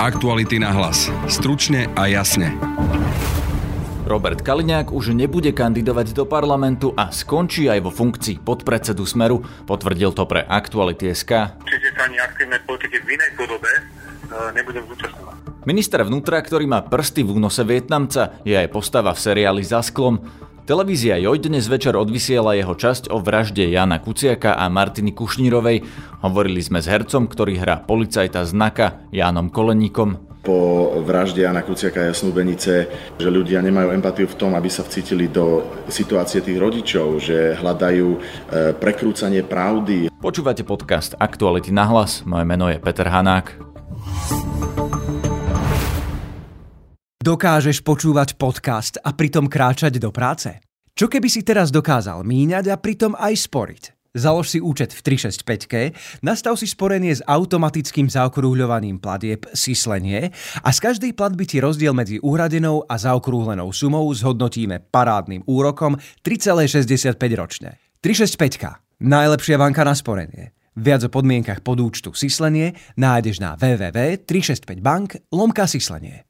Aktuality na hlas. Stručne a jasne. Robert Kaliňák už nebude kandidovať do parlamentu a skončí aj vo funkcii podpredsedu Smeru. Potvrdil to pre Aktuality.sk. Čiže sa ani aktívnej politike v inej podobe nebudem zúčastňovať. Minister vnútra, ktorý má prsty v únose Vietnamca, je aj postava v seriáli Za sklom. Televízia Joj dnes večer odvysiela jeho časť o vražde Jána Kuciaka a Martiny Kušnírovej. Hovorili sme s hercom, ktorý hrá policajta z NAKA, Jánom Koleníkom. Po vražde Jána Kuciaka a Snúbenice, že ľudia nemajú empatiu v tom, aby sa vcítili do situácie tých rodičov, že hľadajú prekrúcanie pravdy. Počúvate podcast Aktuality na hlas. Moje meno je Peter Hanák. Dokážeš počúvať podcast a pritom kráčať do práce? Čo keby si teraz dokázal míňať a pritom aj sporiť? Založ si účet v 365, nastav si sporenie s automatickým zaokrúhľovaním platieb Sislenie a z každej platby ti rozdiel medzi uhradenou a zaokrúhlenou sumou zhodnotíme parádnym úrokom 3,65 ročne. 365. Najlepšia banka na sporenie. Viac o podmienkach podúčtu Sislenie nájdeš na www.365bank/Sislenie.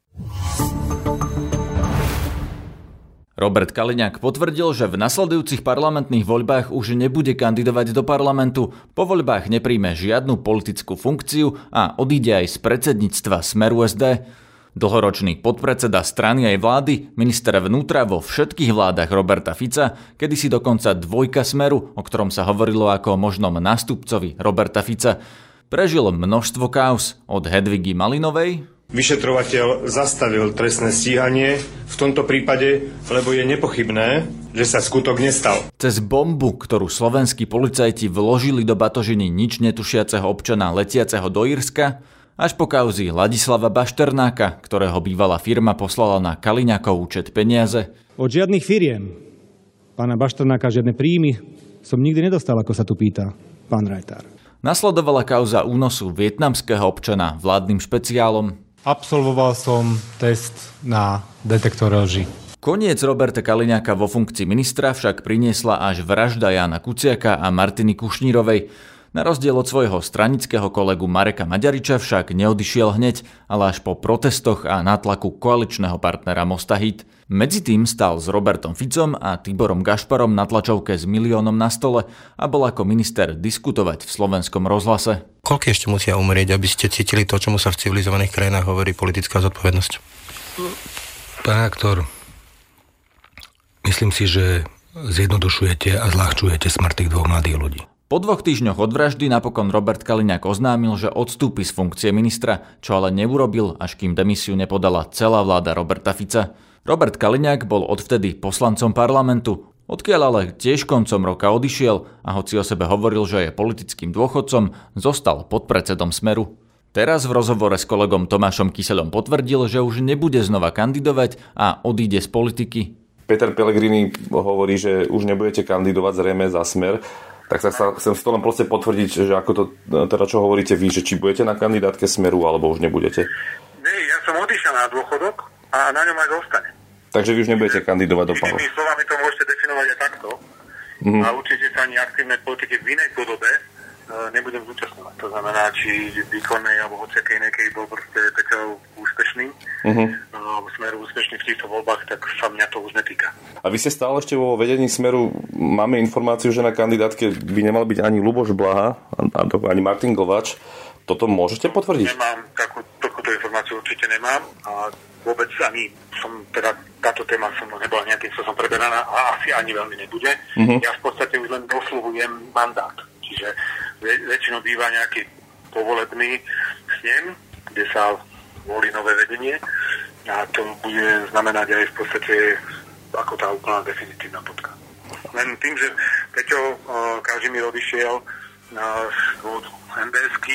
Robert Kaliňák potvrdil, že v nasledujúcich parlamentných voľbách už nebude kandidovať do parlamentu, po voľbách nepríjme žiadnu politickú funkciu a odíde aj z predsedníctva Smeru SD. Dlhoročný podpredseda strany aj vlády, minister vnútra vo všetkých vládach Roberta Fica, kedysi dokonca dvojka Smeru, o ktorom sa hovorilo ako o možnom nástupcovi Roberta Fica, prežil množstvo kauz od Hedvigy Malinovej. Vyšetrovateľ zastavil trestné stíhanie v tomto prípade, lebo je nepochybné, že sa skutok nestal. Cez bombu, ktorú slovenskí policajti vložili do batožiny nič netušiaceho občana letiaceho do Írska, až po kauzy Ladislava Bašternáka, ktorého bývalá firma poslala na Kaliňákov účet peniaze. Od žiadnych firiem pána Bašternáka žiadne príjmy som nikdy nedostal, ako sa tu pýta pán Rajtár. Nasledovala kauza únosu vietnamského občana vládnym špeciálom. Absolvoval som test na detektor lži. Koniec Roberta Kaliňáka vo funkcii ministra však priniesla až vražda Jána Kuciaka a Martiny Kušnírovej. Na rozdiel od svojho stranického kolegu Mareka Maďariča však neodišiel hneď, ale až po protestoch a nátlaku koaličného partnera Mosta Híd. Medzi tým stál s Robertom Ficom a Tiborom Gašparom na tlačovke s miliónom na stole a bol ako minister diskutovať v Slovenskom rozhlase. Koľko ešte musia umrieť, aby ste cítili to, čomu sa v civilizovaných krajinách hovorí politická zodpovednosť? Pán aktor, myslím si, že zjednodušujete a zľahčujete smrť tých dvoch mladých ľudí. Po 2 týždňoch od vraždy napokon Robert Kaliňák oznámil, že odstúpi z funkcie ministra, čo ale neurobil, až kým demisiu nepodala celá vláda Roberta Fica. Robert Kaliňák bol odvtedy poslancom parlamentu, odkiaľ ale tiež koncom roka odišiel a hoci o sebe hovoril, že je politickým dôchodcom, zostal podpredsedom Smeru. Teraz v rozhovore s kolegom Tomášom Kyseľom potvrdil, že už nebude znova kandidovať a odíde z politiky. Peter Pellegrini hovorí, že už nebudete kandidovať zrejme za Smer. Tak sa chcem si to len proste potvrdiť, že ako to teda čo hovoríte vy, že či budete na kandidátke Smeru, alebo už nebudete? Nie, ja som odišiel na dôchodok a na ňom aj zostane. Takže vy už nebudete kandidovať do parlamentu. Inými slovami to môžete definovať aj takto. A určite sa ani aktívnej politike v inej podobe nebudem zúčastňovať. To znamená, či výkonnej alebo hociakej inej, keď bol proste Peťov úspešný, alebo Smeru úspešný v týchto voľbách, tak sa mňa to už netýka. A vy ste stále ešte vo vedení Smeru. Máme informáciu, že na kandidátke by nemal byť ani Ľuboš Blaha, ani Martin Glváč. Toto môžete potvrdiť? Nemám, takúto informáciu určite nemám. A vôbec ani táto téma som nebola nejakým spôsobom preberaná a asi ani veľmi nebude. Ja v podstate už len dosluhujem mandát. Čiže väčšinou býva nejaký povolebný snem, kde sa volí nové vedenie a to bude znamenať aj v podstate ako tá úplná definitívna bodka. Len tým, že Peťo Kažimír odišiel z dôvodu MBS-ky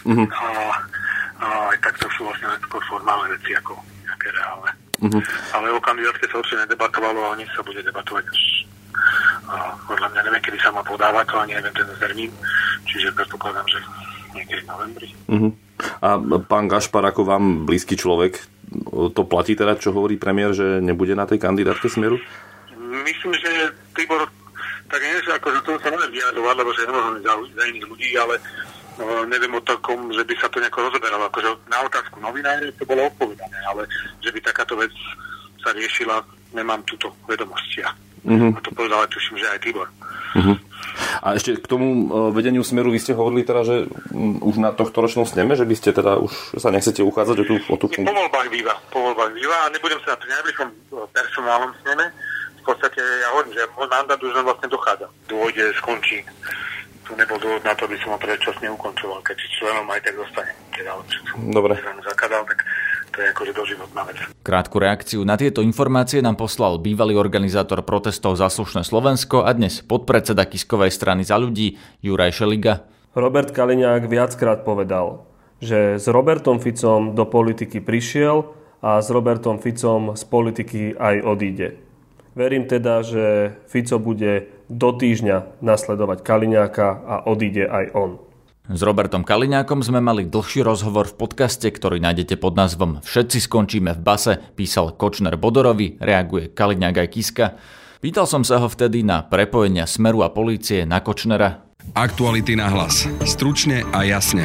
a aj takto sú vlastne skôr formálne veci ako nejaké reálne. Ale o kandidátke sa určite nedebatovalo a o nich sa bude debatovať až podľa mňa neviem, kedy sa má podávať, to ani neviem ten termín, čiže predpokladám, že niekedy v novembri. A pán Gašpar, ako vám blízky človek, to platí teda, čo hovorí premiér, že nebude na tej kandidátke Smeru? Myslím, že Tibor, tak nie, že akože to sa neviem vyjadrovať, lebo že je nemôžem za iných ľudí, ale neviem o takom, že by sa to nejako rozoberalo. Akože na otázku novinárov to bolo odpovedané, ale že by takáto vec sa riešila, nemám túto vedomosť ja. A to povedal, tuším, že aj Tibor. A ešte k tomu vedeniu Smeru, vy ste hovorili teda, že už na tohto ročnom sneme, že by ste teda už sa nechcete uchádzať o tú funkciu? Po voľbách býva a nebudem sa na to najbližšom personálnom sneme. V podstate ja hovorím, že môj mandát už vlastne dochádza. Dôjde, skončí. Tu nebol dôvod na to, aby som ho predčasne ukončoval, keď členom aj tak zostane. Dobre. Zakladal, tak to je akože doživotná vec. Krátku reakciu na tieto informácie nám poslal bývalý organizátor protestov Za slušné Slovensko a dnes podpredseda Kiskovej strany Za ľudí Juraj Šeliga. Robert Kaliňák viackrát povedal, že s Robertom Ficom do politiky prišiel a s Robertom Ficom z politiky aj odíde. Verím teda, že Fico bude do týždňa nasledovať Kaliňáka a odíde aj on. S Robertom Kaliňákom sme mali dlhší rozhovor v podcaste, ktorý nájdete pod názvom Všetci skončíme v base, písal Kočner Bodorovi, reaguje Kaliňák aj Kiska. Pýtal som sa ho vtedy na prepojenia Smeru a polície na Kočnera. Aktuality na hlas. Stručne a jasne.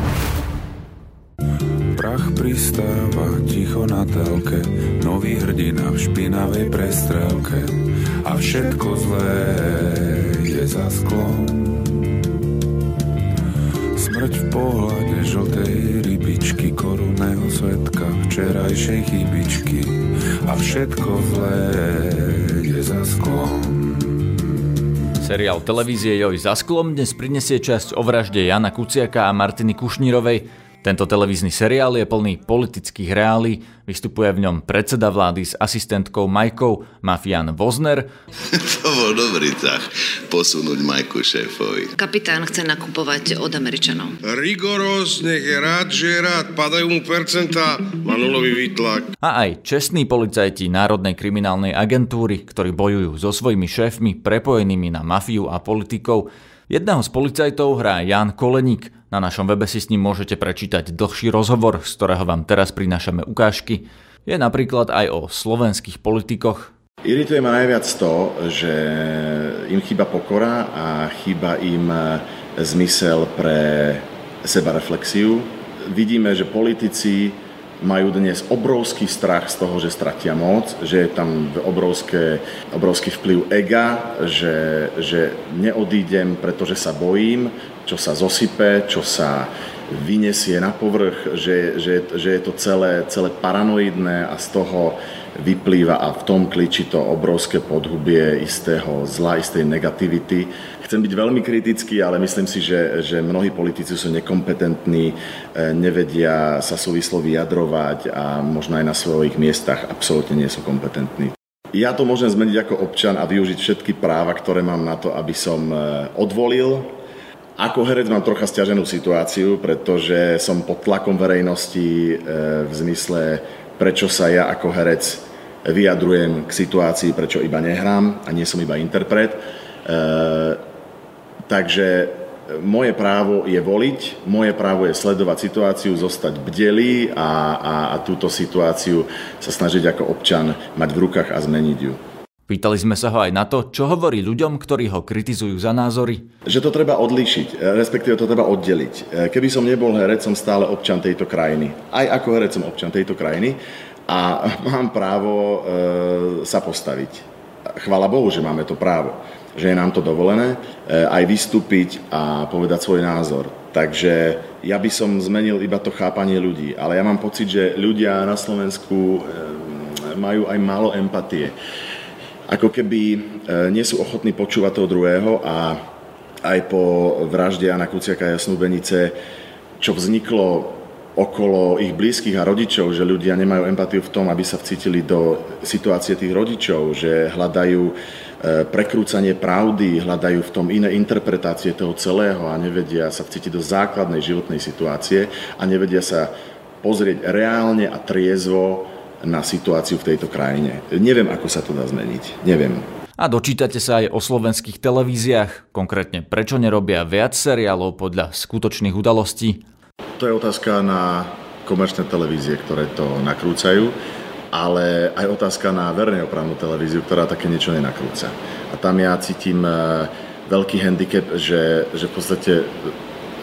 Prach pristáva ticho na telke, nový hrdina v špinavej prestrelke a všetko zlé je za sklom. Smrť v pohľade žltej rybičky, korunného svetka včerajšej chybičky a všetko zlé je za sklom. Seriál televízie Joj za sklom dnes prinesie časť o vražde Jana Kuciaka a Martiny Kušnírovej. Tento televízny seriál je plný politických reálí, vystupuje v ňom predseda vlády s asistentkou Majkou, mafián Vozner. To bol dobrý ťah, posunúť Majku šéfovi. Kapitán chce nakupovať od Američanov. Rigoros, nech je rád, že je rád, padajú mu percentá, má nulový výtlak. A aj čestní policajti Národnej kriminálnej agentúry, ktorí bojujú so svojimi šéfmi prepojenými na mafiu a politikov. Jedného z policajtov hrá Ján Koleník. Na našom webe si s ním môžete prečítať dlhší rozhovor, z ktorého vám teraz prinášame ukážky. Je napríklad aj o slovenských politikoch. Irituje ma najviac to, že im chýba pokora a chýba im zmysel pre sebareflexiu. Vidíme, že politici majú dnes obrovský strach z toho, že stratia moc, že je tam obrovský vplyv ega, že neodídem, pretože sa bojím, čo sa zosype, čo sa vyniesie na povrch, že je to celé paranoidné a z toho vyplýva a v tom kličí to obrovské podhubie istého zla, istej negativity. Chcem byť veľmi kritický, ale myslím si, že mnohí politici sú nekompetentní, nevedia sa súvislo vyjadrovať a možno aj na svojich miestach absolútne nie sú kompetentní. Ja to môžem zmeniť ako občan a využiť všetky práva, ktoré mám na to, aby som odvolil. Ako herec mám trocha sťaženú situáciu, pretože som pod tlakom verejnosti v zmysle, prečo sa ja ako herec vyjadrujem k situácii, prečo iba nehrám a nie som iba interpret. Takže moje právo je voliť, moje právo je sledovať situáciu, zostať bdelý a túto situáciu sa snažiť ako občan mať v rukách a zmeniť ju. Pýtali sme sa ho aj na to, čo hovorí ľuďom, ktorí ho kritizujú za názory. Že to treba odlíšiť, respektíve to treba oddeliť. Keby som nebol herec, som stále občan tejto krajiny. Aj ako herec som občan tejto krajiny a mám právo sa postaviť. Chvála Bohu, že máme to právo. Že je nám to dovolené aj vystúpiť a povedať svoj názor. Takže ja by som zmenil iba to chápanie ľudí. Ale ja mám pocit, že ľudia na Slovensku majú aj málo empatie. Ako keby nie sú ochotní počúvať toho druhého a aj po vražde Jana Kuciaka a Snúbenice, čo vzniklo okolo ich blízkych a rodičov, že ľudia nemajú empatiu v tom, aby sa vcítili do situácie tých rodičov, že hľadajú prekrúcanie pravdy, hľadajú v tom iné interpretácie toho celého a nevedia sa vcítiť do základnej životnej situácie a nevedia sa pozrieť reálne a triezvo na situáciu v tejto krajine. Neviem, ako sa to dá zmeniť. Neviem. A dočítate sa aj o slovenských televíziách, konkrétne prečo nerobia viac seriálov podľa skutočných udalostí. To je otázka na komerčné televízie, ktoré to nakrúcajú, ale aj otázka na verejnoprávnu televíziu, ktorá také niečo nenakrúca. A tam ja cítim veľký handicap, že v podstate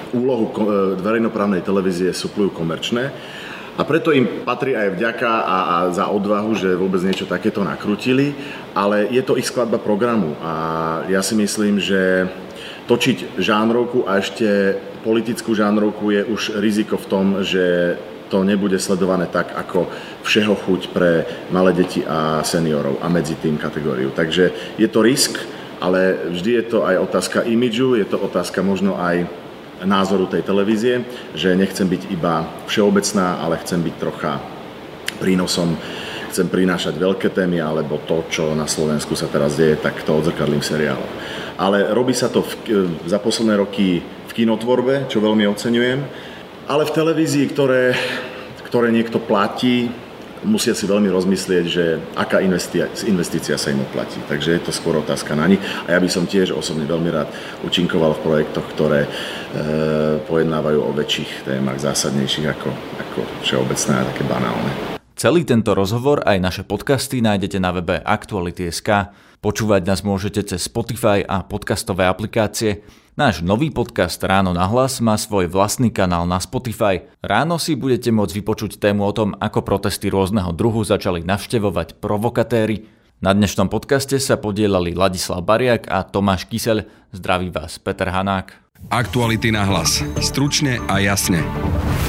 úlohu verejnoprávnej televízie suplujú komerčné. A preto im patrí aj vďaka a za odvahu, že vôbec niečo takéto nakrútili, ale je to ich skladba programu a ja si myslím, že točiť žánrovku a ešte politickú žánrovku je už riziko v tom, že to nebude sledované tak, ako všeho chuť pre malé deti a seniorov a medzi tým kategóriu. Takže je to risk, ale vždy je to aj otázka imidžu, je to otázka možno aj názoru tej televízie, že nechcem byť iba všeobecná, ale chcem byť trocha prínosom, chcem prinášať veľké témy, alebo to, čo na Slovensku sa teraz deje, tak to odzrkadlím seriálom. Ale robí sa to za posledné roky v kinotvorbe, čo veľmi oceňujem, ale v televízii, ktoré niekto platí, musia si veľmi rozmyslieť, že aká investícia sa im oplatí. Takže je to skôr otázka na nich. A ja by som tiež osobne veľmi rád účinkoval v projektoch, ktoré pojednávajú o väčších témach, zásadnejších ako všeobecné a také banálne. Celý tento rozhovor aj naše podcasty nájdete na webe Aktuality.sk. Počúvať nás môžete cez Spotify a podcastové aplikácie. Náš nový podcast Ráno na hlas má svoj vlastný kanál na Spotify. Ráno si budete môcť vypočuť tému o tom, ako protesty rôzneho druhu začali navštevovať provokatéri. Na dnešnom podcaste sa podielali Ladislav Bariak a Tomáš Kyseľ. Zdraví vás Peter Hanák. Aktuality na hlas. Stručne a jasne.